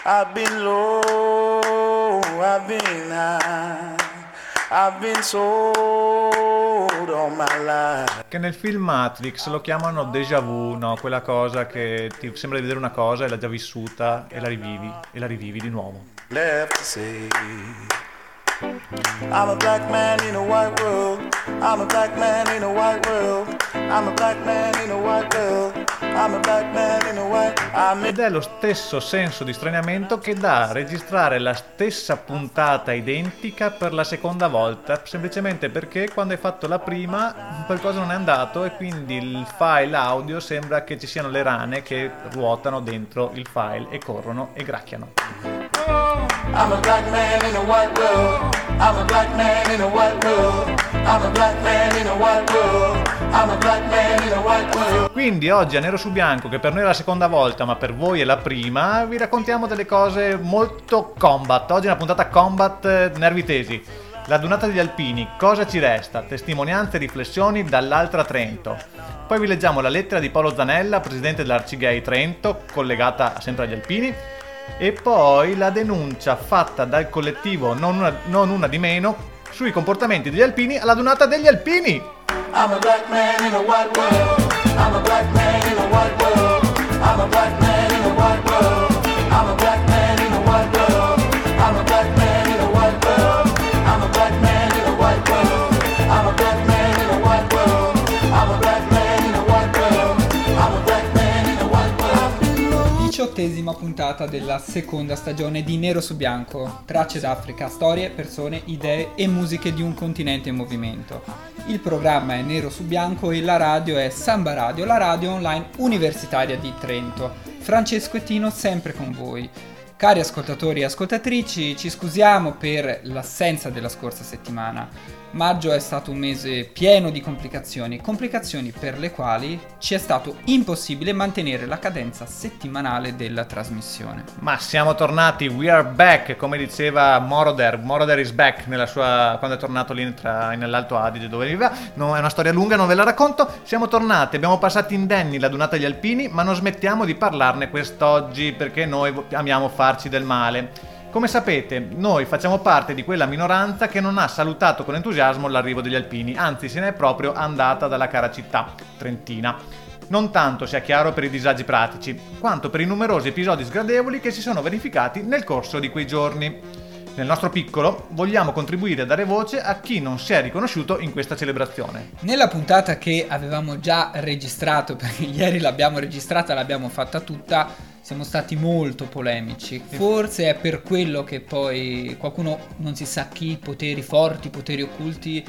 I've been low, I've been high, I've been sold all my life. Che nel film Matrix lo chiamano déjà vu, no? Quella cosa che ti sembra di vedere una cosa e l'hai già vissuta e la rivivi di nuovo. Left to say, I'm a black man in a white world, I'm a black man in a white world, I'm a black man in a white world, I'm a black man in a white. Ed è lo stesso senso di straniamento che dà a registrare la stessa puntata identica per la seconda volta, semplicemente perché quando hai fatto la prima qualcosa non è andato e quindi il file audio sembra che ci siano le rane che ruotano dentro il file e corrono e gracchiano. I'm a black man in a white world, I'm a black man in a white world, I'm a black man in a white world, I'm a black man in a white world. Quindi oggi a Nero su Bianco, che per noi è la seconda volta ma per voi è la prima, vi raccontiamo delle cose molto combat. Oggi è una puntata combat, nervi tesi. La Dunata degli Alpini, cosa ci resta? Testimonianze e riflessioni dall'Altra Trento. Poi vi leggiamo la lettera di Paolo Zanella, presidente dell'Arcigay Trento, collegata sempre agli Alpini. E poi la denuncia fatta dal collettivo non una di meno sui comportamenti degli alpini alla Dunata degli Alpini. I'm a black man in a white world, I'm a black man in a white world, I'm a black man in a white world, I'm a black man in a white world, I'm a black man in a white world, I'm a black man in a white world, I'm a black man in a white world, I'm a black man in a white world, I'm a black man in a white world. 18ª puntata della seconda stagione di Nero su Bianco, tracce d'Africa, storie, persone, idee e musiche di un continente in movimento. Il programma è Nero su Bianco e la radio è Samba Radio, la radio online universitaria di Trento. Francesco e Tino sempre con voi. Cari ascoltatori e ascoltatrici, ci scusiamo per l'assenza della scorsa settimana. Maggio è stato un mese pieno di complicazioni per le quali ci è stato impossibile mantenere la cadenza settimanale della trasmissione. Ma siamo tornati, we are back, come diceva Moroder is back quando è tornato lì nell'Alto Adige dove viveva. No, è una storia lunga, non ve la racconto. Siamo tornati, abbiamo passato indenni la Dunata degli Alpini, ma non smettiamo di parlarne quest'oggi perché noi amiamo farci del male. Come sapete, noi facciamo parte di quella minoranza che non ha salutato con entusiasmo l'arrivo degli alpini, anzi se ne è proprio andata dalla cara città trentina. Non tanto, sia chiaro, per i disagi pratici, quanto per i numerosi episodi sgradevoli che si sono verificati nel corso di quei giorni. Nel nostro piccolo vogliamo contribuire a dare voce a chi non si è riconosciuto in questa celebrazione. Nella puntata che avevamo già registrato, perché ieri l'abbiamo registrata, l'abbiamo fatta tutta, siamo stati molto polemici. Forse è per quello che poi qualcuno, non si sa chi, poteri forti, poteri occulti,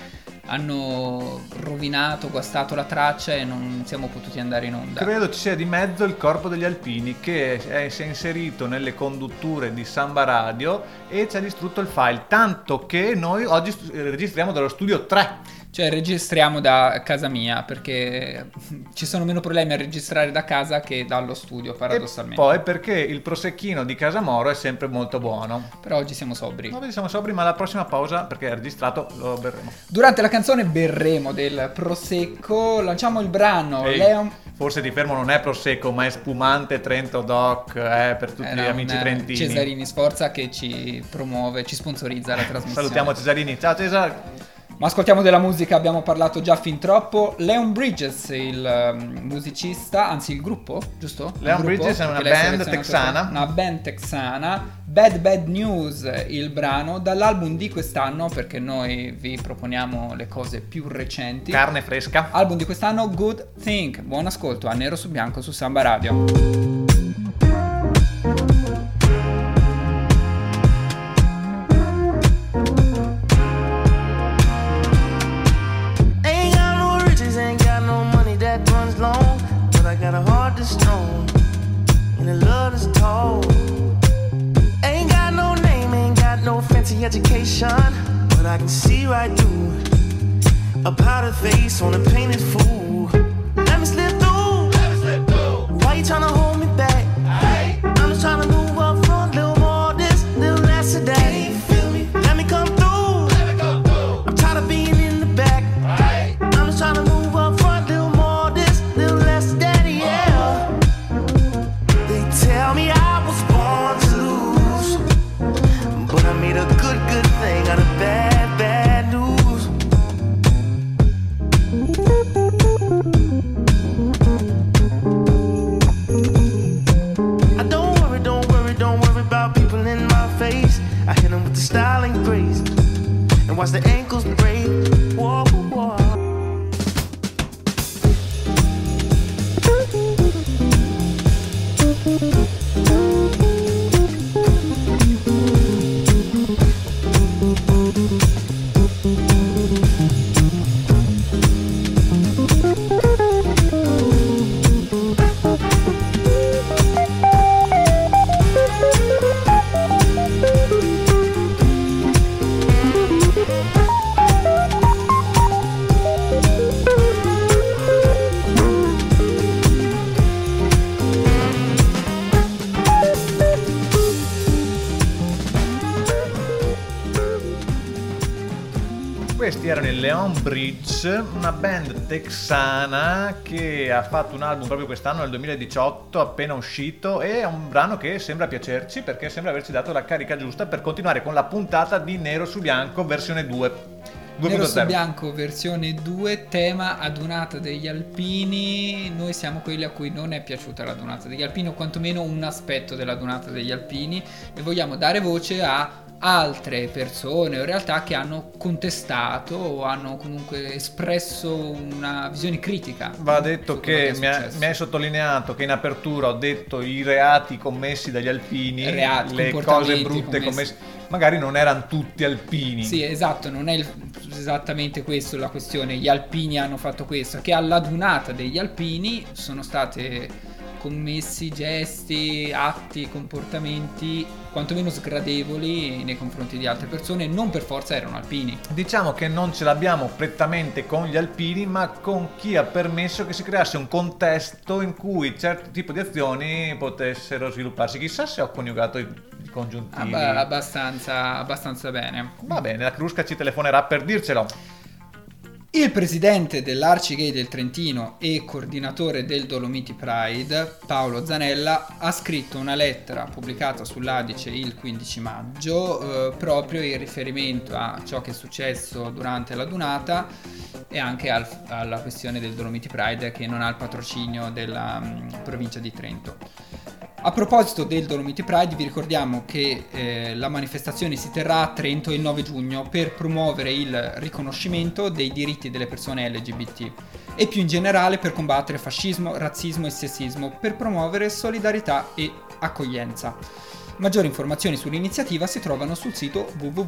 hanno rovinato, guastato la traccia e non siamo potuti andare in onda. Credo ci sia di mezzo il corpo degli alpini che si è inserito nelle condutture di Samba Radio e ci ha distrutto il file, tanto che noi oggi registriamo dallo studio 3. Cioè registriamo da casa mia perché ci sono meno problemi a registrare da casa che dallo studio, paradossalmente. E poi perché il prosecchino di Casa Moro è sempre molto buono. Però oggi siamo sobri. Oggi siamo sobri, ma la prossima pausa, perché è registrato, lo berremo. Durante la canzone berremo del prosecco, lanciamo il brano Leon. Forse ti fermo, non è prosecco ma è spumante Trento Doc, per tutti gli amici trentini. Cesarini Sforza che ci promuove, ci sponsorizza la trasmissione. Salutiamo Cesarini, ciao Cesar. Ma ascoltiamo della musica, abbiamo parlato già fin troppo. Leon Bridges, il musicista, anzi il gruppo, giusto? Leon Bridges è una band texana. Una band texana. Bad News, il brano, dall'album di quest'anno, perché noi vi proponiamo le cose più recenti. Carne fresca. Album di quest'anno, Good Thing. Buon ascolto a Nero su Bianco su Samba Radio. Got a heart that's strong and a love that's tall. Ain't got no name, ain't got no fancy education, but I can see right through a powdered face on a painted fool. Let me slip through. Why you tryna hold me back? I'm just tryna move up front, little more this, little less of that. Let me come through. I'm tired of being in the back. I'm just tryna move up front, little more this, little less of that. Tell me I was born to lose. watch the ankles break. Whoa, whoa. Questi erano i Leon Bridge, una band texana che ha fatto un album proprio quest'anno, nel 2018, appena uscito, e è un brano che sembra piacerci perché sembra averci dato la carica giusta per continuare con la puntata di Nero su Bianco versione 2. Nero su Bianco versione 2, tema adunata degli alpini. Noi siamo quelli a cui non è piaciuta la adunata degli alpini, o quantomeno un aspetto della adunata degli alpini, e vogliamo dare voce a altre persone o realtà che hanno contestato o hanno comunque espresso una visione critica. Va detto che mi hai sottolineato che in apertura ho detto i reati commessi dagli alpini, le cose brutte commesse, magari non erano tutti alpini. Sì, esatto, non è esattamente questo la questione, gli alpini hanno fatto questo, che all'adunata degli alpini sono state commessi gesti, atti, comportamenti quantomeno sgradevoli nei confronti di altre persone, non per forza erano alpini. Diciamo che non ce l'abbiamo prettamente con gli alpini, ma con chi ha permesso che si creasse un contesto in cui certi tipi di azioni potessero svilupparsi. Chissà se ho coniugato i congiuntivi. Abbastanza bene. Va bene, la Crusca ci telefonerà per dircelo. Il presidente dell'Arcigay del Trentino e coordinatore del Dolomiti Pride, Paolo Zanella, ha scritto una lettera pubblicata sull'Adice il 15 maggio proprio in riferimento a ciò che è successo durante la dunata e anche alla questione del Dolomiti Pride, che non ha il patrocinio della provincia di Trento. A proposito del Dolomiti Pride, vi ricordiamo che la manifestazione si terrà a Trento il 9 giugno per promuovere il riconoscimento dei diritti delle persone LGBT e più in generale per combattere fascismo, razzismo e sessismo, per promuovere solidarietà e accoglienza. Maggiori informazioni sull'iniziativa si trovano sul sito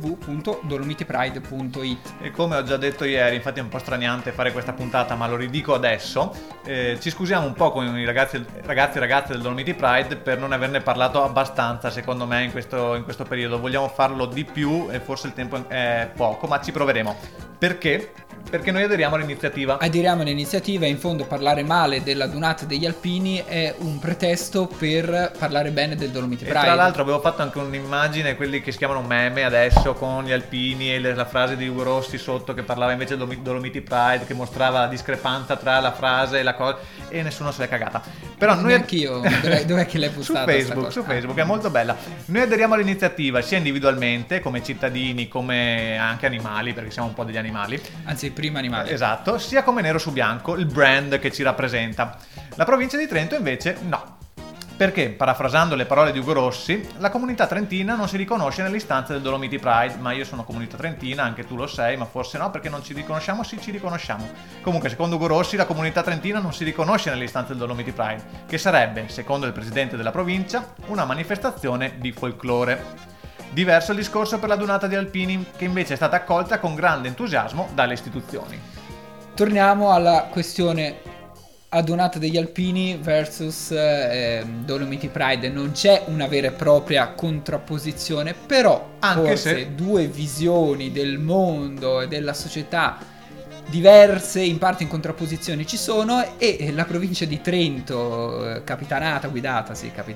www.dolomitipride.it. E come ho già detto ieri, infatti è un po' straniante fare questa puntata, ma lo ridico adesso, ci scusiamo un po' con i ragazzi e ragazze del Dolomiti Pride per non averne parlato abbastanza, secondo me, in questo periodo. Vogliamo farlo di più e forse il tempo è poco, ma ci proveremo. Perché? Perché noi aderiamo all'iniziativa. Aderiamo all'iniziativa e in fondo parlare male della dunata degli alpini è un pretesto per parlare bene del Dolomiti Pride. E tra l'altro avevo fatto anche un'immagine, quelli che si chiamano meme adesso, con gli alpini e la frase di Ugo Rossi sotto che parlava invece del Dolomiti Pride, che mostrava la discrepanza tra la frase e la cosa, e nessuno se l'è cagata. Però noi anch'io, dov'è che l'hai postata? Su Facebook, è molto bella. Noi aderiamo all'iniziativa sia individualmente, come cittadini, come anche animali, perché siamo un po' degli animali. Anzi, prima animali. Esatto, sia come Nero su Bianco, il brand che ci rappresenta. La provincia di Trento invece no. Perché, parafrasando le parole di Ugo Rossi, la comunità trentina non si riconosce nelle istanze del Dolomiti Pride. Ma io sono comunità trentina, anche tu lo sei, ma forse no, perché non ci riconosciamo? Sì, ci riconosciamo. Comunque, secondo Ugo Rossi, la comunità trentina non si riconosce nelle istanze del Dolomiti Pride, che sarebbe, secondo il presidente della provincia, una manifestazione di folklore. Diverso il discorso per la dunata di alpini, che invece è stata accolta con grande entusiasmo dalle istituzioni. Torniamo alla questione adunata degli alpini versus Dolomiti Pride. Non c'è una vera e propria contrapposizione, però anche forse se due visioni del mondo e della società diverse, in parte in contrapposizione, ci sono, e la provincia di Trento, guidata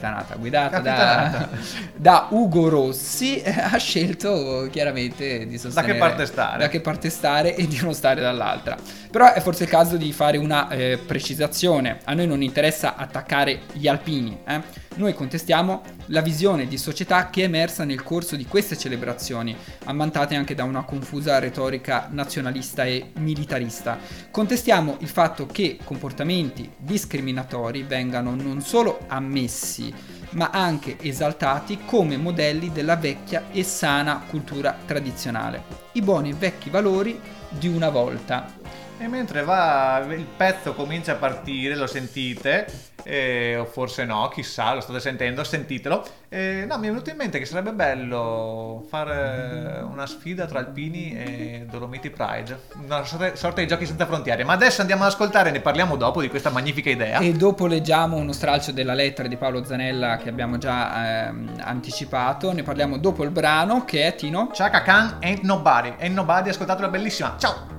da Ugo Rossi, ha scelto chiaramente di sostenere da che parte stare e di non stare dall'altra. Però è forse il caso di fare una precisazione. A noi non interessa attaccare gli alpini, Noi contestiamo la visione di società che è emersa nel corso di queste celebrazioni, ammantate anche da una confusa retorica nazionalista e militarista. Contestiamo il fatto che comportamenti discriminatori vengano non solo ammessi, ma anche esaltati come modelli della vecchia e sana cultura tradizionale, i buoni e vecchi valori di una volta. E mentre il pezzo comincia a partire, lo sentite, o forse no, chissà, lo state sentendo, sentitelo. No, mi è venuto in mente che sarebbe bello fare una sfida tra Alpini e Dolomiti Pride, una sorta di giochi senza frontiere. Ma adesso andiamo ad ascoltare, ne parliamo dopo di questa magnifica idea. E dopo leggiamo uno stralcio della lettera di Paolo Zanella che abbiamo già anticipato, ne parliamo dopo il brano che è, Tino? Chaka Khan, Ain't Nobody, ascoltatela, bellissima, ciao!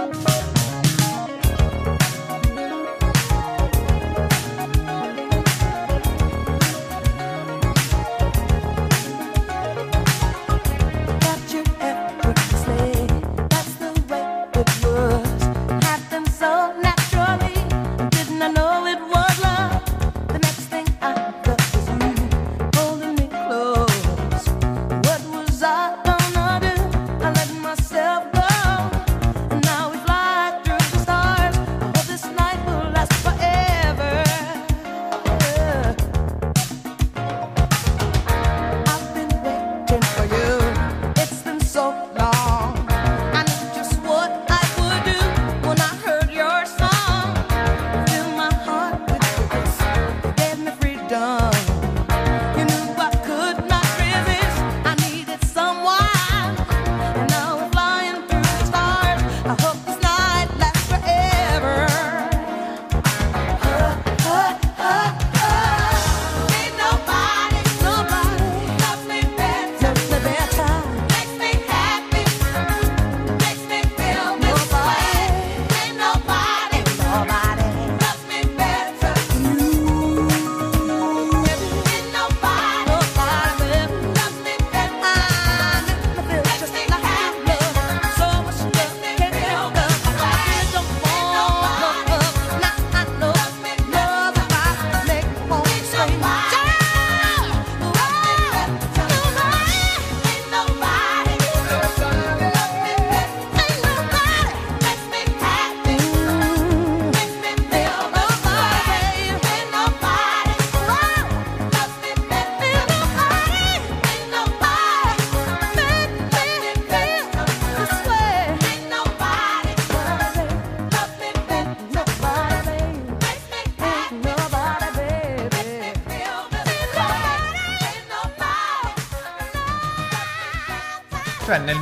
Cioè nel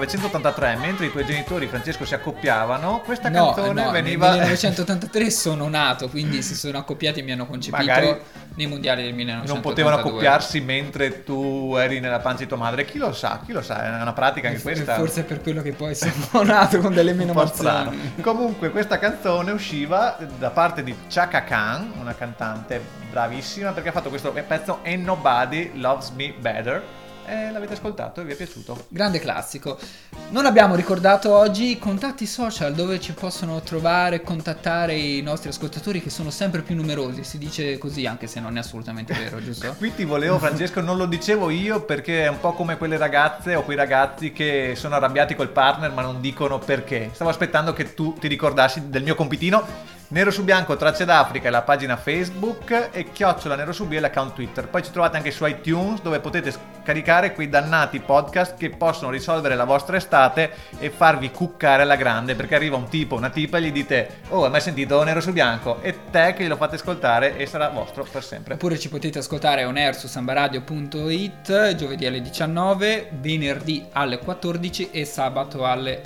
1983, mentre i tuoi genitori, Francesco, si accoppiavano, questa canzone veniva... nel 1983 sono nato, quindi si sono accoppiati e mi hanno concepito magari nei mondiali del 1982. Non potevano accoppiarsi mentre tu eri nella pancia di tua madre, chi lo sa, è una pratica anche questa. Forse è per quello che poi sono nato con delle menomazioni. Comunque questa canzone usciva da parte di Chaka Khan, una cantante bravissima, perché ha fatto questo pezzo Ain't Nobody Loves Me Better. E l'avete ascoltato e vi è piaciuto? Grande classico. Non abbiamo ricordato oggi i contatti social dove ci possono trovare, contattare i nostri ascoltatori, che sono sempre più numerosi, si dice così anche se non è assolutamente vero, giusto? Qui ti volevo, Francesco, non lo dicevo io perché è un po' come quelle ragazze o quei ragazzi che sono arrabbiati col partner ma non dicono perché. Stavo aspettando che tu ti ricordassi del mio compitino. Nero su Bianco Tracce d'Africa è la pagina Facebook e @ Nero su B è l'account Twitter. Poi ci trovate anche su iTunes, dove potete scaricare quei dannati podcast che possono risolvere la vostra estate e farvi cuccare alla grande, perché arriva un tipo, una tipa e gli dite: oh, hai mai sentito Nero su Bianco? E te che glielo fate ascoltare e sarà vostro per sempre. Oppure ci potete ascoltare on air su sambaradio.it giovedì alle 19, venerdì alle 14 e sabato alle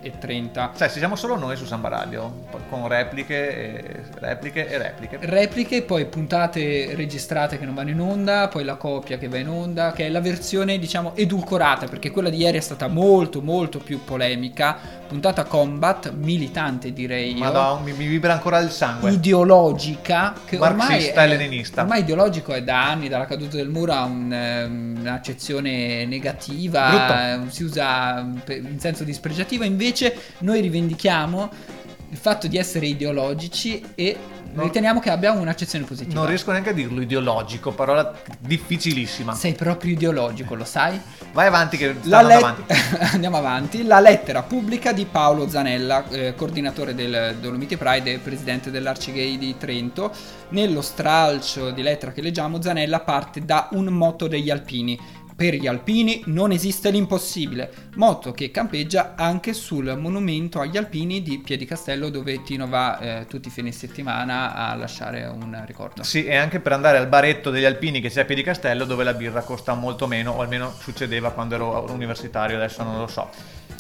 9:30. Cioè, siamo solo noi su Samba Radio, con repliche, poi puntate registrate che non vanno in onda, poi la copia che va in onda, che è la versione diciamo edulcorata, perché quella di ieri è stata molto molto più polemica, puntata combat, militante direi io. Madonna, mi vibra ancora il sangue. Ideologica, che marxista e leninista. Ormai ideologico è da anni, dalla caduta del muro, ha un'accezione negativa, si usa in senso dispregiativo. Invece noi rivendichiamo il fatto di essere ideologici e riteniamo che abbia un'accezione positiva. Non riesco neanche a dirlo, ideologico, parola difficilissima. Sei proprio ideologico, lo sai? Vai avanti che stanno avanti. Andiamo avanti. La lettera pubblica di Paolo Zanella, coordinatore del Dolomiti Pride e presidente dell'Arcigay di Trento. Nello stralcio di lettera che leggiamo, Zanella parte da un motto degli alpini: per gli alpini non esiste l'impossibile, motto che campeggia anche sul monumento agli alpini di Piedicastello, dove Tino va tutti i fine settimana a lasciare un ricordo. Sì, e anche per andare al baretto degli alpini che c'è a Piedicastello, dove la birra costa molto meno, o almeno succedeva quando ero universitario, adesso non lo so.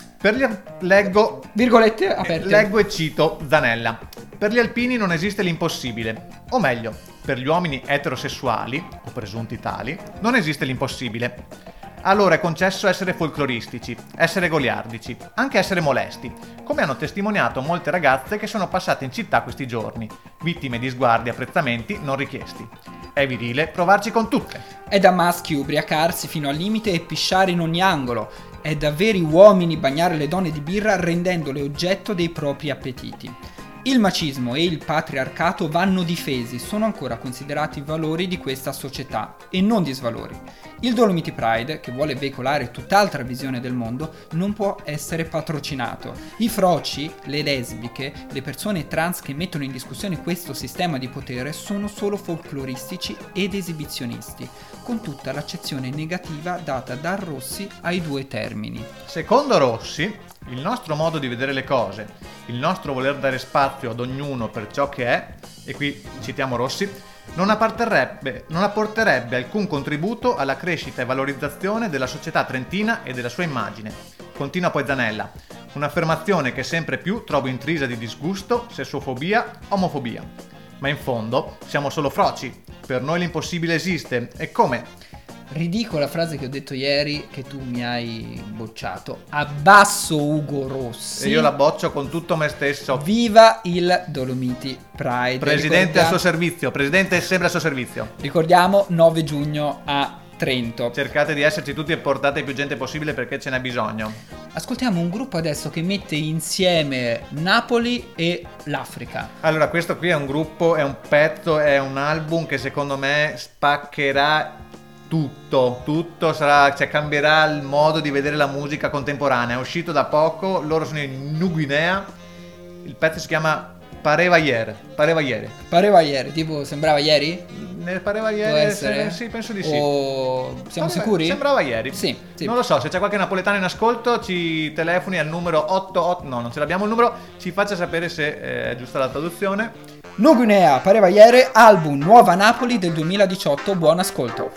Leggo virgolette aperte. Leggo e cito Zanella. Per gli alpini non esiste l'impossibile, o meglio, per gli uomini eterosessuali, o presunti tali, non esiste l'impossibile. Allora è concesso essere folcloristici, essere goliardici, anche essere molesti, come hanno testimoniato molte ragazze che sono passate in città questi giorni, vittime di sguardi e apprezzamenti non richiesti. È virile provarci con tutte. È da maschi ubriacarsi fino al limite e pisciare in ogni angolo. È da veri uomini bagnare le donne di birra rendendole oggetto dei propri appetiti. Il macismo e il patriarcato vanno difesi, sono ancora considerati valori di questa società e non disvalori. Il Dolomiti Pride, che vuole veicolare tutt'altra visione del mondo, non può essere patrocinato. I froci, le lesbiche, le persone trans che mettono in discussione questo sistema di potere sono solo folcloristici ed esibizionisti, con tutta l'accezione negativa data da Rossi ai due termini. Secondo Rossi, il nostro modo di vedere le cose, il nostro voler dare spazio ad ognuno per ciò che è, e qui citiamo Rossi, non apporterebbe alcun contributo alla crescita e valorizzazione della società trentina e della sua immagine. Continua poi Zanella, un'affermazione che sempre più trovo intrisa di disgusto, sessofobia, omofobia. Ma in fondo siamo solo froci, per noi l'impossibile esiste, e come? Ridicola frase che ho detto ieri, che tu mi hai bocciato. Abbasso Ugo Rossi. E io la boccio con tutto me stesso. Viva il Dolomiti Pride. Presidente al suo servizio, presidente è sempre al suo servizio. Ricordiamo 9 giugno a Trento. Cercate di esserci tutti e portate più gente possibile perché ce n'è bisogno. Ascoltiamo un gruppo adesso che mette insieme Napoli e l'Africa. Allora, questo qui è un gruppo, è un pezzo, è un album che secondo me spaccherà tutto sarà, cioè cambierà il modo di vedere la musica contemporanea. È uscito da poco, loro sono in New Guinea, il pezzo si chiama Pareva ieri, tipo sembrava ieri? Pareva ieri, può essere? Sì, penso di sì. Siamo sicuri? Sembrava ieri. Sì. Non lo so, se c'è qualche napoletano in ascolto ci telefoni al numero 88, no, non ce l'abbiamo il numero, ci faccia sapere se è giusta la traduzione. New Guinea, Pareva ieri, album Nuova Napoli del 2018, buon ascolto.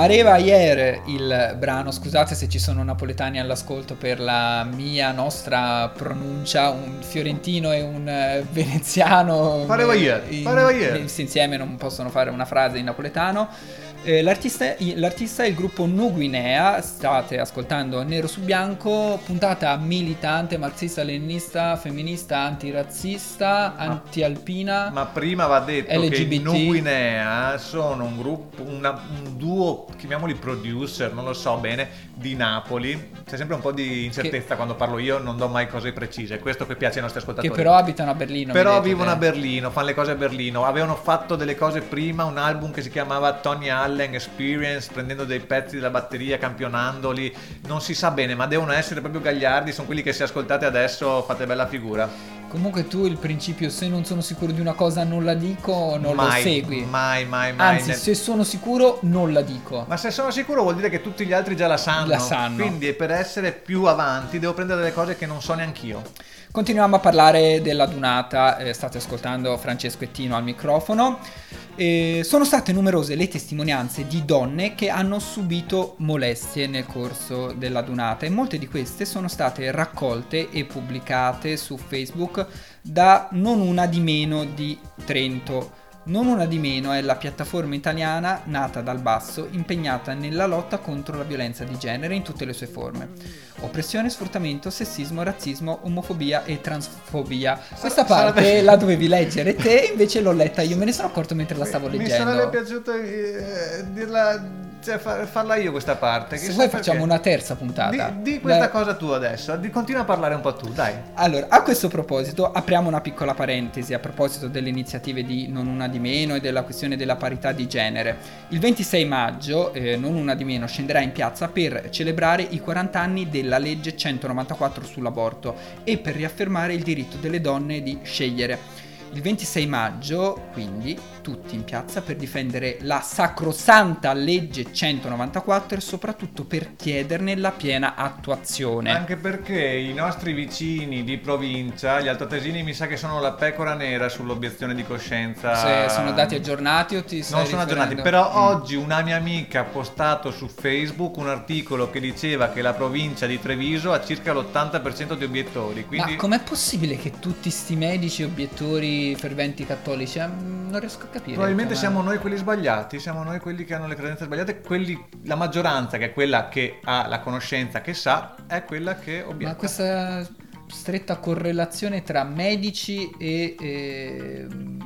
Pareva ieri il brano, scusate se ci sono napoletani all'ascolto per la nostra pronuncia, un fiorentino e un veneziano. Pareva ieri. Insieme non possono fare una frase in napoletano. L'artista è il gruppo Nuguinea. State ascoltando Nero su Bianco, puntata militante, marxista-leninista, femminista, antirazzista, anti-alpina. Ma prima va detto LGBT. che i Nuguinea sono un gruppo, un duo, chiamiamoli producer, non lo so bene, di Napoli. C'è sempre un po' di incertezza quando parlo io, non do mai cose precise. Questo che piace ai nostri ascoltatori. Che però abitano a Berlino. Però vivono a Berlino, fanno le cose a Berlino. Avevano fatto delle cose prima, un album che si chiamava Tony Allen Experience, prendendo dei pezzi della batteria, campionandoli. Non si sa bene, ma devono essere proprio gagliardi. Sono quelli che, se ascoltate adesso, fate bella figura. Comunque tu il principio, se non sono sicuro di una cosa non la dico, non lo segui. Mai. Anzi, se sono sicuro non la dico. Ma se sono sicuro vuol dire che tutti gli altri già la sanno. Quindi per essere più avanti devo prendere delle cose che non so neanch'io. Continuiamo a parlare della Dunata, state ascoltando Francesco e Tino al microfono. Sono state numerose le testimonianze di donne che hanno subito molestie nel corso della Dunata, e molte di queste sono state raccolte e pubblicate su Facebook da Non Una di Meno di Trento. Non Una di Meno è la piattaforma italiana nata dal basso, impegnata nella lotta contro la violenza di genere in tutte le sue forme: oppressione, sfruttamento, sessismo, razzismo, omofobia e transfobia. Questa parte la dovevi leggere te, invece l'ho letta io, me ne sono accorto mentre la stavo leggendo. Mi sarebbe piaciuto dirla, cioè farla io questa parte. Se vuoi facciamo una terza puntata. Di questa cosa tu adesso, continua a parlare un po' tu, dai. Allora, a questo proposito apriamo una piccola parentesi a proposito delle iniziative di Non Una di Meno e della questione della parità di genere. Il 26 maggio Non Una di Meno scenderà in piazza per celebrare i 40 anni della legge 194 sull'aborto e per riaffermare il diritto delle donne di scegliere. Il 26 maggio, quindi, tutti in piazza per difendere la sacrosanta legge 194 e soprattutto per chiederne la piena attuazione. Anche perché i nostri vicini di provincia, gli altoatesini, mi sa che sono la pecora nera sull'obiezione di coscienza. Se sono dati aggiornati o ti stai Non sono aggiornati, però oggi una mia amica ha postato su Facebook un articolo che diceva che la provincia di Treviso ha circa l'80% di obiettori. Quindi... Ma com'è possibile che tutti sti medici obiettori ferventi cattolici? Non riesco a capire. Probabilmente siamo noi quelli sbagliati, siamo noi quelli che hanno le credenze sbagliate, la maggioranza, che è quella che ha la conoscenza, che sa, è quella che obietta. Ma questa stretta correlazione tra medici e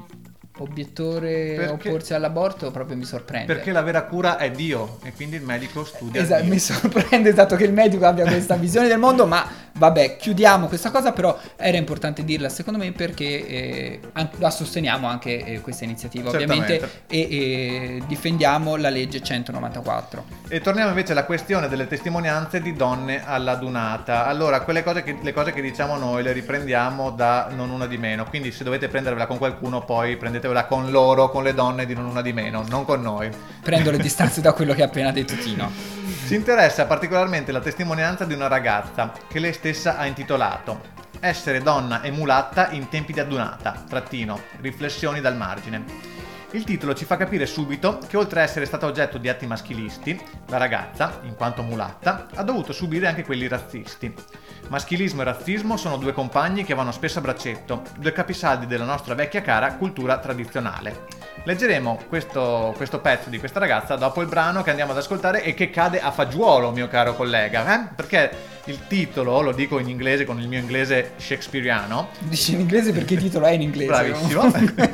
obiettore opporsi all'aborto proprio mi sorprende. Perché la vera cura è Dio e quindi il medico studia. Esatto, mi sorprende esatto che il medico abbia questa visione del mondo, ma vabbè, chiudiamo questa cosa, però era importante dirla secondo me perché la sosteniamo anche questa iniziativa. Certamente. Ovviamente e difendiamo la legge 194. E torniamo invece alla questione delle testimonianze di donne alla Dunata. Allora, le cose che diciamo noi le riprendiamo da Non Una di Meno, quindi se dovete prendervela con qualcuno poi prendetevela con loro, con le donne di Non Una di Meno, non con noi. Prendo le distanze da quello che ha appena detto Tino. Ci interessa particolarmente la testimonianza di una ragazza che lei stessa ha intitolato Essere donna e mulatta in tempi di Dunata, riflessioni dal margine. Il titolo ci fa capire subito che oltre a essere stata oggetto di atti maschilisti, la ragazza, in quanto mulatta, ha dovuto subire anche quelli razzisti. Maschilismo e razzismo sono due compagni che vanno spesso a braccetto, due capisaldi della nostra vecchia cara cultura tradizionale. Leggeremo questo pezzo di questa ragazza dopo il brano che andiamo ad ascoltare e che cade a fagiolo, mio caro collega, perché il titolo, lo dico in inglese con il mio inglese shakespeariano. Dici in inglese perché il titolo è in inglese. Bravissimo.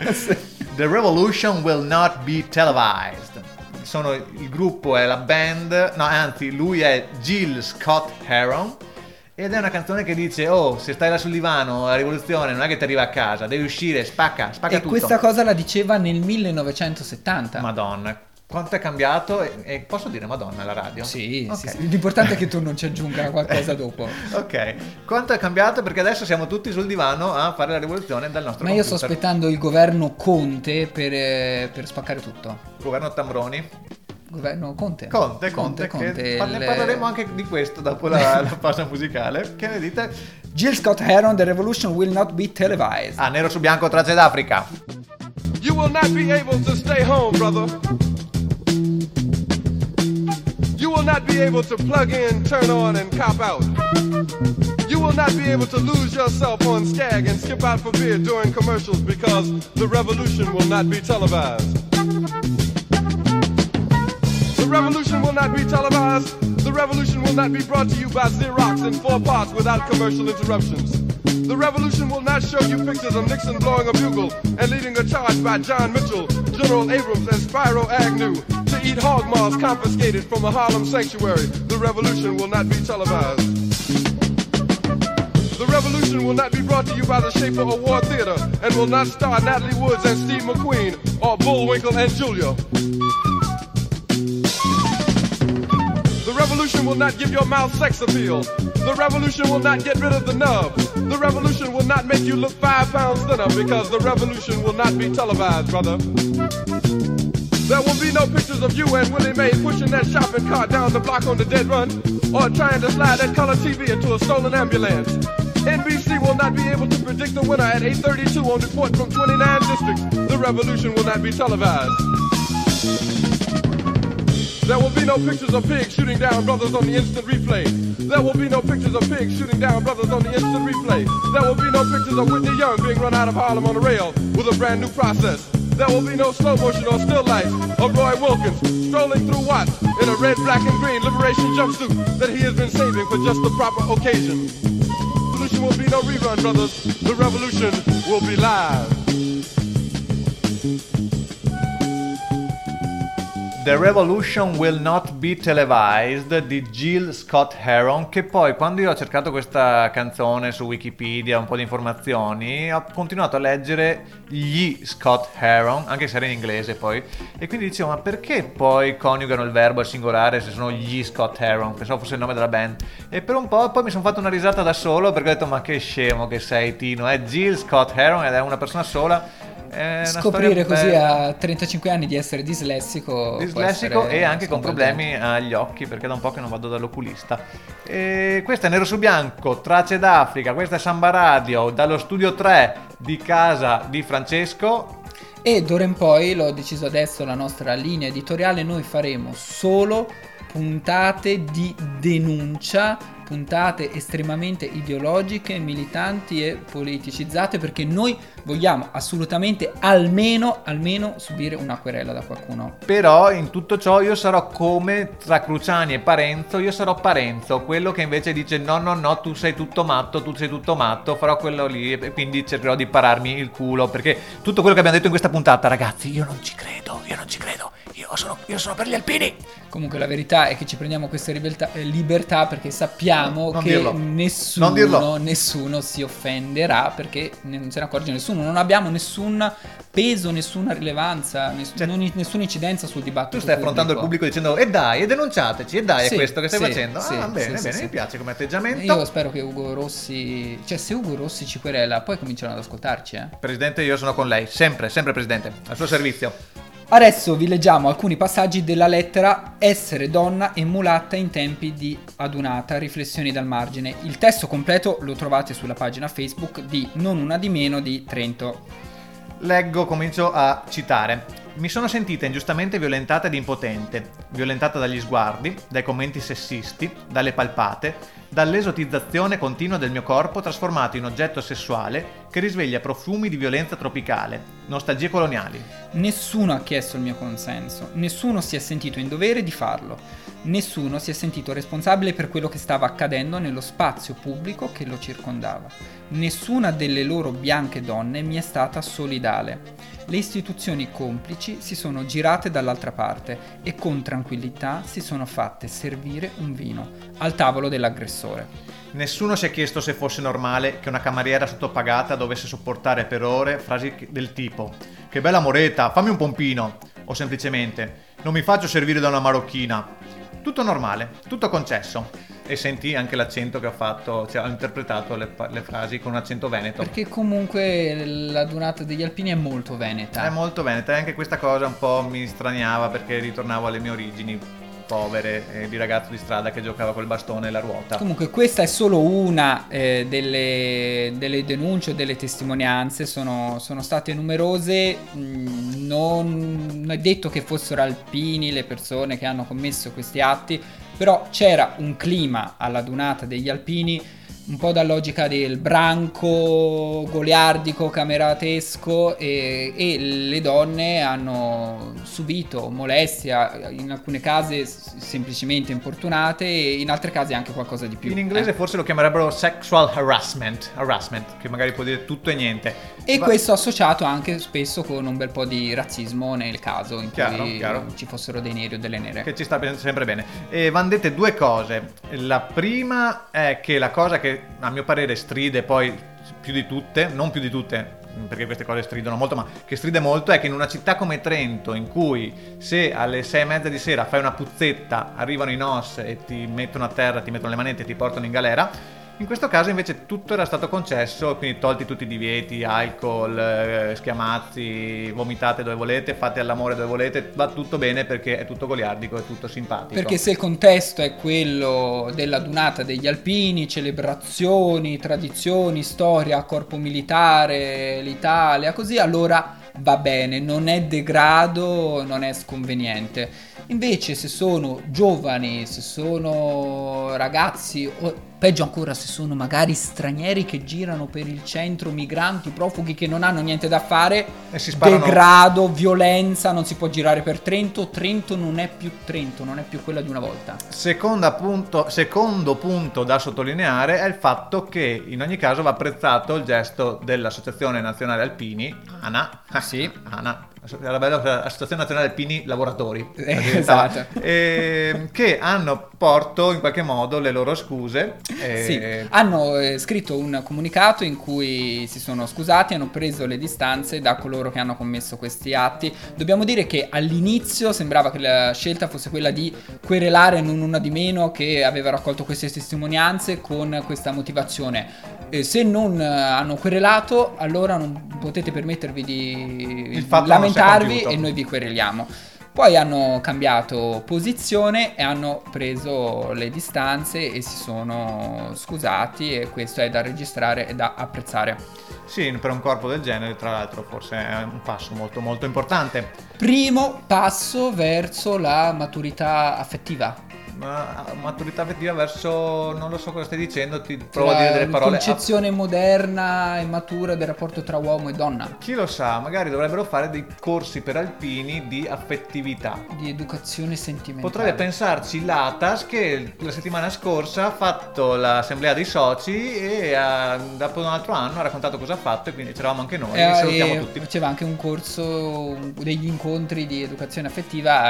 The revolution will not be televised. Il gruppo è la band, lui è Gil Scott Heron. Ed è una canzone che dice: oh, se stai là sul divano, la rivoluzione non è che ti arriva a casa, devi uscire, spacca tutto. E questa cosa la diceva nel 1970. Madonna, quanto è cambiato? E posso dire Madonna alla radio? Sì, okay. Sì. L'importante è che tu non ci aggiunga qualcosa dopo. Ok, quanto è cambiato? Perché adesso siamo tutti sul divano a fare la rivoluzione dal nostro computer. Io sto aspettando il governo Conte per spaccare tutto. Governo Tambroni? Governo Conte. Conte. Ne parleremo anche di questo dopo la pausa musicale. Che ne dite? Gil Scott Heron, The Revolution Will Not Be Televised. Nero su bianco, tracce d'Africa. You will not be able to stay home, brother. will not be able to plug in, turn on, and cop out. You will not be able to lose yourself on Skag and skip out for beer during commercials because the revolution will not be televised. The revolution will not be televised. The revolution will not be brought to you by Xerox in 4 parts without commercial interruptions. The revolution will not show you pictures of Nixon blowing a bugle and leading a charge by John Mitchell, General Abrams, and Spyro Agnew to eat hog maws confiscated from a Harlem sanctuary. The revolution will not be televised. The revolution will not be brought to you by the Schaefer Award Theater and will not star Natalie Woods and Steve McQueen or Bullwinkle and Julia. The revolution will not give your mouth sex appeal. The revolution will not get rid of the nub. The revolution will not make you look 5 pounds thinner because the revolution will not be televised, brother. There will be no pictures of you and Willie Mae pushing that shopping cart down the block on the dead run or trying to slide that color TV into a stolen ambulance. NBC will not be able to predict the winner at 8:32 on Report from 29 District. The revolution will not be televised. There will be no pictures of pigs shooting down brothers on the instant replay. There will be no pictures of pigs shooting down brothers on the instant replay. There will be no pictures of Whitney Young being run out of Harlem on a rail with a brand new process. There will be no slow motion or still life of Roy Wilkins strolling through Watts in a red, black, and green liberation jumpsuit that he has been saving for just the proper occasion. The revolution will be no rerun, brothers. The revolution will be live. The Revolution Will Not Be Televised di Jill Scott Heron, che poi quando io ho cercato questa canzone su Wikipedia, un po' di informazioni, ho continuato a leggere gli Scott Heron, anche se era in inglese poi, e quindi dicevo, ma perché poi coniugano il verbo al singolare se sono gli Scott Heron? Pensavo fosse il nome della band, e per un po' poi mi sono fatto una risata da solo perché ho detto, ma che scemo che sei Tino, è Jill Scott Heron ed è una persona sola. Scoprire così a 35 anni di essere dislessico e anche con problemi agli occhi, perché da un po' che non vado dall'oculista. E questo è Nero su Bianco, Tracce d'Africa, questa è Samba Radio dallo studio 3 di casa di Francesco. E d'ora in poi, l'ho deciso adesso, la nostra linea editoriale, noi faremo solo puntate di denuncia, puntate estremamente ideologiche, militanti e politicizzate, perché noi vogliamo assolutamente almeno subire una querela da qualcuno. Però in tutto ciò io sarò come tra Cruciani e Parenzo, io sarò Parenzo, quello che invece dice no, tu sei tutto matto, farò quello lì e quindi cercherò di pararmi il culo, perché tutto quello che abbiamo detto in questa puntata, ragazzi, io non ci credo, io sono per gli alpini. Comunque la verità è che ci prendiamo queste libertà perché sappiamo non che dirlo. nessuno si offenderà, perché non se ne accorge nessuno, non abbiamo nessun peso, nessuna rilevanza, nessuna incidenza sul dibattito. Tu stai affrontando il pubblico dicendo e dai, e denunciateci, e dai, sì, è questo che stai facendo. Sì, bene, sì. mi piace come atteggiamento. Io spero che Ugo Rossi, cioè se Ugo Rossi ci querela, poi cominceranno ad ascoltarci. Presidente, io sono con lei, sempre Presidente, al suo servizio. Adesso vi leggiamo alcuni passaggi della lettera Essere donna e mulatta in tempi di adunata, riflessioni dal margine. Il testo completo lo trovate sulla pagina Facebook di Non Una di Meno di Trento. Leggo, comincio a citare. Mi sono sentita ingiustamente violentata ed impotente, violentata dagli sguardi, dai commenti sessisti, dalle palpate, dall'esotizzazione continua del mio corpo trasformato in oggetto sessuale che risveglia profumi di violenza tropicale, nostalgie coloniali. Nessuno ha chiesto il mio consenso, nessuno si è sentito in dovere di farlo, nessuno si è sentito responsabile per quello che stava accadendo nello spazio pubblico che lo circondava. Nessuna delle loro bianche donne mi è stata solidale. Le istituzioni complici si sono girate dall'altra parte e con tranquillità si sono fatte servire un vino al tavolo dell'aggressore. Nessuno si è chiesto se fosse normale che una cameriera sottopagata dovesse sopportare per ore frasi del tipo «Che bella moreta, fammi un pompino!» o semplicemente «Non mi faccio servire da una marocchina!» Tutto normale, tutto concesso. E senti anche l'accento che ho fatto, cioè ho interpretato le frasi con un accento veneto. Perché comunque la Dunata degli Alpini è molto veneta. È molto veneta e anche questa cosa un po' mi straniava perché ritornavo alle mie origini povere di ragazzo di strada che giocava col bastone e la ruota. Comunque questa è solo una delle denunce o delle testimonianze, sono state numerose, non è detto che fossero alpini le persone che hanno commesso questi atti, Però c'era un clima alla Dunata degli Alpini un po' da logica del branco goliardico, cameratesco, e le donne hanno subito molestia, in alcune casi semplicemente importunate, e in altre casi anche qualcosa di più. In inglese forse lo chiamerebbero sexual harassment, che magari può dire tutto e niente. E questo associato anche spesso con un bel po' di razzismo nel caso in cui Chiaro. ci fossero dei neri o delle nere. Che ci sta sempre bene. E van dette due cose. La prima è che la cosa che a mio parere stride poi più di tutte, non più di tutte perché queste cose stridono molto, ma che stride molto, è che in una città come Trento, in cui se alle 6:30 di sera fai una puzzetta, arrivano i NOS e ti mettono a terra, ti mettono le manette e ti portano in galera, in questo caso invece tutto era stato concesso, quindi tolti tutti i divieti, alcol, schiamazzi, vomitate dove volete, fate all'amore dove volete, va tutto bene perché è tutto goliardico, è tutto simpatico. Perché se il contesto è quello della Dunata degli Alpini, celebrazioni, tradizioni, storia, corpo militare, l'Italia, così, allora va bene, non è degrado, non è sconveniente. Invece se sono giovani, se sono ragazzi, o peggio ancora se sono magari stranieri che girano per il centro, migranti, profughi che non hanno niente da fare, e si sparano. Degrado, violenza, non si può girare per Trento, Trento non è più Trento, non è più quella di una volta. Secondo punto da sottolineare è il fatto che in ogni caso va apprezzato il gesto dell'Associazione Nazionale Alpini, ANA, ANA, era bello, Associazione Nazionale Alpini Lavoratori, esatto, che hanno porto in qualche modo le loro scuse. Sì, hanno scritto un comunicato in cui si sono scusati, hanno preso le distanze da coloro che hanno commesso questi atti. Dobbiamo dire che all'inizio sembrava che la scelta fosse quella di querelare non una di meno che aveva raccolto queste testimonianze con questa motivazione. Se non hanno querelato, allora non potete permettervi di lamentarvi e noi vi quereliamo. Poi hanno cambiato posizione e hanno preso le distanze e si sono scusati, e questo è da registrare e da apprezzare. Sì, per un corpo del genere, tra l'altro, forse è un passo molto molto importante. Primo passo verso la maturità affettiva. Maturità affettiva verso, non lo so cosa stai dicendo, ti provo a dire delle parole. Concezione moderna e matura del rapporto tra uomo e donna. Chi lo sa, magari dovrebbero fare dei corsi per alpini di affettività, di educazione sentimentale. Potrebbe pensarci l'ATAS, che la settimana scorsa ha fatto l'assemblea dei soci e dopo un altro anno ha raccontato cosa ha fatto, e quindi c'eravamo anche noi, salutiamo tutti. Faceva anche un corso, degli incontri di educazione affettiva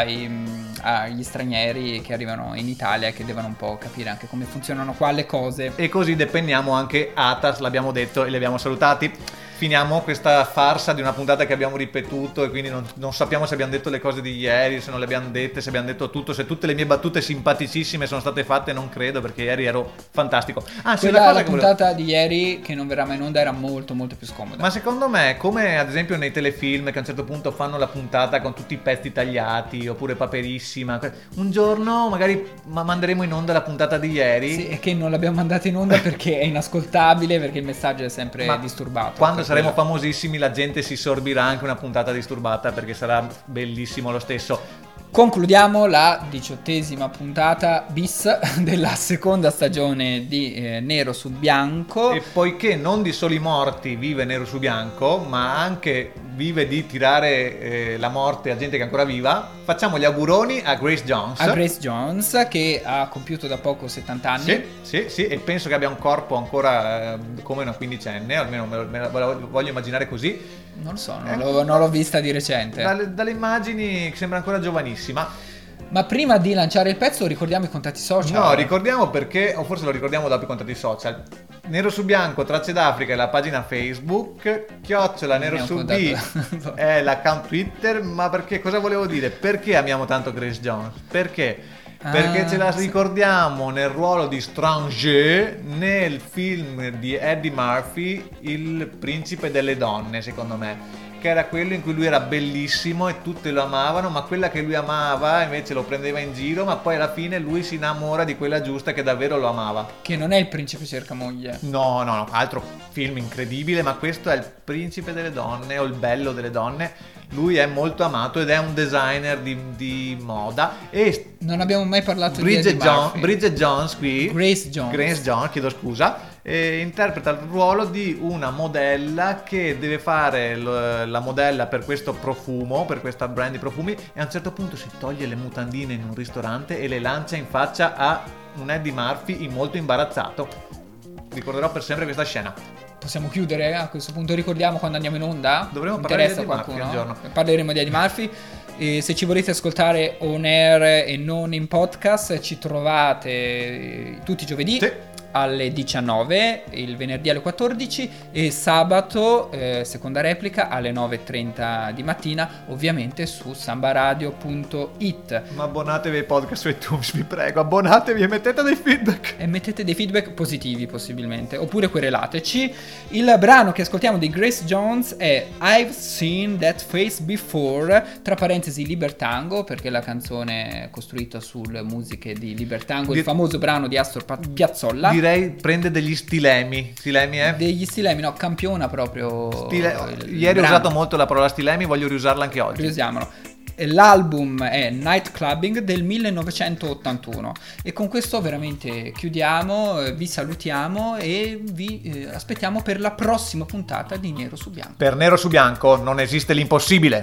agli stranieri che arrivano in Italia e che devono un po' capire anche come funzionano qua le cose. E così depenniamo anche ATAS, l'abbiamo detto e li abbiamo salutati. Finiamo questa farsa di una puntata che abbiamo ripetuto, e quindi non sappiamo se abbiamo detto le cose di ieri, se non le abbiamo dette, se abbiamo detto tutto, se tutte le mie battute simpaticissime sono state fatte. Non credo, perché ieri ero fantastico. Anzi, la puntata di ieri, che non verrà mai in onda, era molto molto più scomoda. Ma secondo me, come ad esempio nei telefilm che a un certo punto fanno la puntata con tutti i pezzi tagliati, oppure Paperissima, un giorno magari manderemo in onda la puntata di ieri. Sì, e che non l'abbiamo mandata in onda perché è inascoltabile, perché il messaggio è sempre disturbato. Quando saremo famosissimi, la gente si sorbirà anche una puntata disturbata, perché sarà bellissimo lo stesso. Concludiamo la 18ª puntata bis della seconda stagione di Nero su Bianco. E poiché non di soli morti vive Nero su Bianco, ma anche vive di tirare la morte a gente che è ancora viva, facciamo gli auguroni a Grace Jones. A Grace Jones, che ha compiuto da poco 70 anni. Sì, e penso che abbia un corpo ancora come una quindicenne, almeno me la voglio immaginare così. Non lo so, non l'ho vista di recente. Dalle immagini sembra ancora giovanissima. Ma prima di lanciare il pezzo ricordiamo i contatti social. No, ricordiamo perché, o forse lo ricordiamo dopo i contatti social. Nero su Bianco, Tracce d'Africa è la pagina Facebook, Nero su B è l'account Twitter. Ma perché, cosa volevo dire? Perché amiamo tanto Grace Jones? Perché ce la ricordiamo nel ruolo di Stranger nel film di Eddie Murphy, Il principe delle donne, secondo me, che era quello in cui lui era bellissimo e tutti lo amavano, ma quella che lui amava invece lo prendeva in giro, ma poi alla fine lui si innamora di quella giusta che davvero lo amava. Che non è Il principe cerca moglie. No, altro film incredibile, ma questo è Il principe delle donne, o Il bello delle donne. lui è molto amato ed è un designer di moda. E non abbiamo mai parlato di Bridget Eddie Murphy. Bridget Jones qui, Grace Jones, chiedo scusa, interpreta il ruolo di una modella che deve fare la modella per questo profumo, per questa brand di profumi, e a un certo punto si toglie le mutandine in un ristorante e le lancia in faccia a un Eddie Murphy molto imbarazzato. Ricorderò per sempre questa scena. Possiamo chiudere a questo punto? Ricordiamo quando andiamo in onda? Dovremmo parlare di Interessa Eddie Murphy qualcuno? un giorno. Parleremo di Eddie Murphy. E se ci volete ascoltare on air e non in podcast, ci trovate tutti i giovedì. Sì. Alle 19, il venerdì alle 14 e sabato seconda replica alle 9:30 di mattina, ovviamente su sambaradio.it. Ma abbonatevi ai podcast su iTunes, vi prego, abbonatevi e mettete dei feedback. E mettete dei feedback positivi possibilmente, oppure querelateci. Il brano che ascoltiamo di Grace Jones è I've Seen That Face Before, tra parentesi Libertango, perché la canzone è costruita sulle musiche di Libertango, il famoso brano di Astor Piazzolla. Direi prende degli stilemi. Degli stilemi, no, campiona proprio Ieri ho usato molto la parola stilemi, voglio riusarla anche oggi. Riusiamolo. L'album è Night Clubbing del 1981 e con questo veramente chiudiamo, vi salutiamo e vi aspettiamo per la prossima puntata di Nero su Bianco. Per Nero su Bianco non esiste l'impossibile.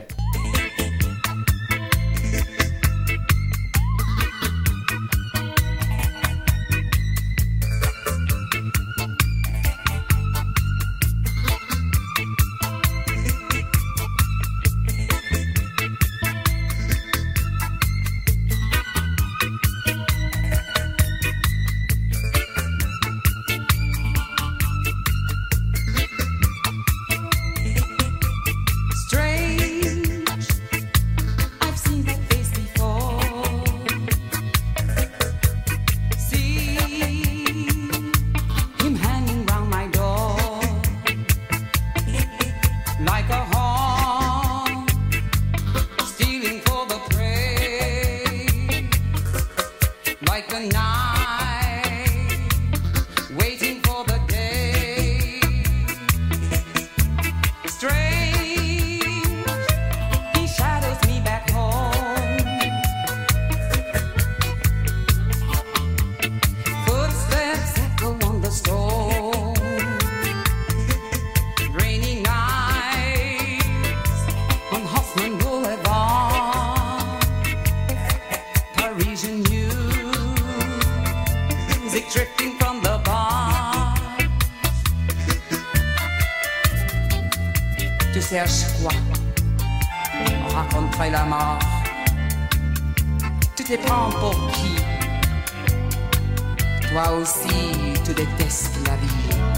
Cherches quoi? On rencontrerait la mort. Tu te prends pour qui? Toi aussi, tu détestes la vie.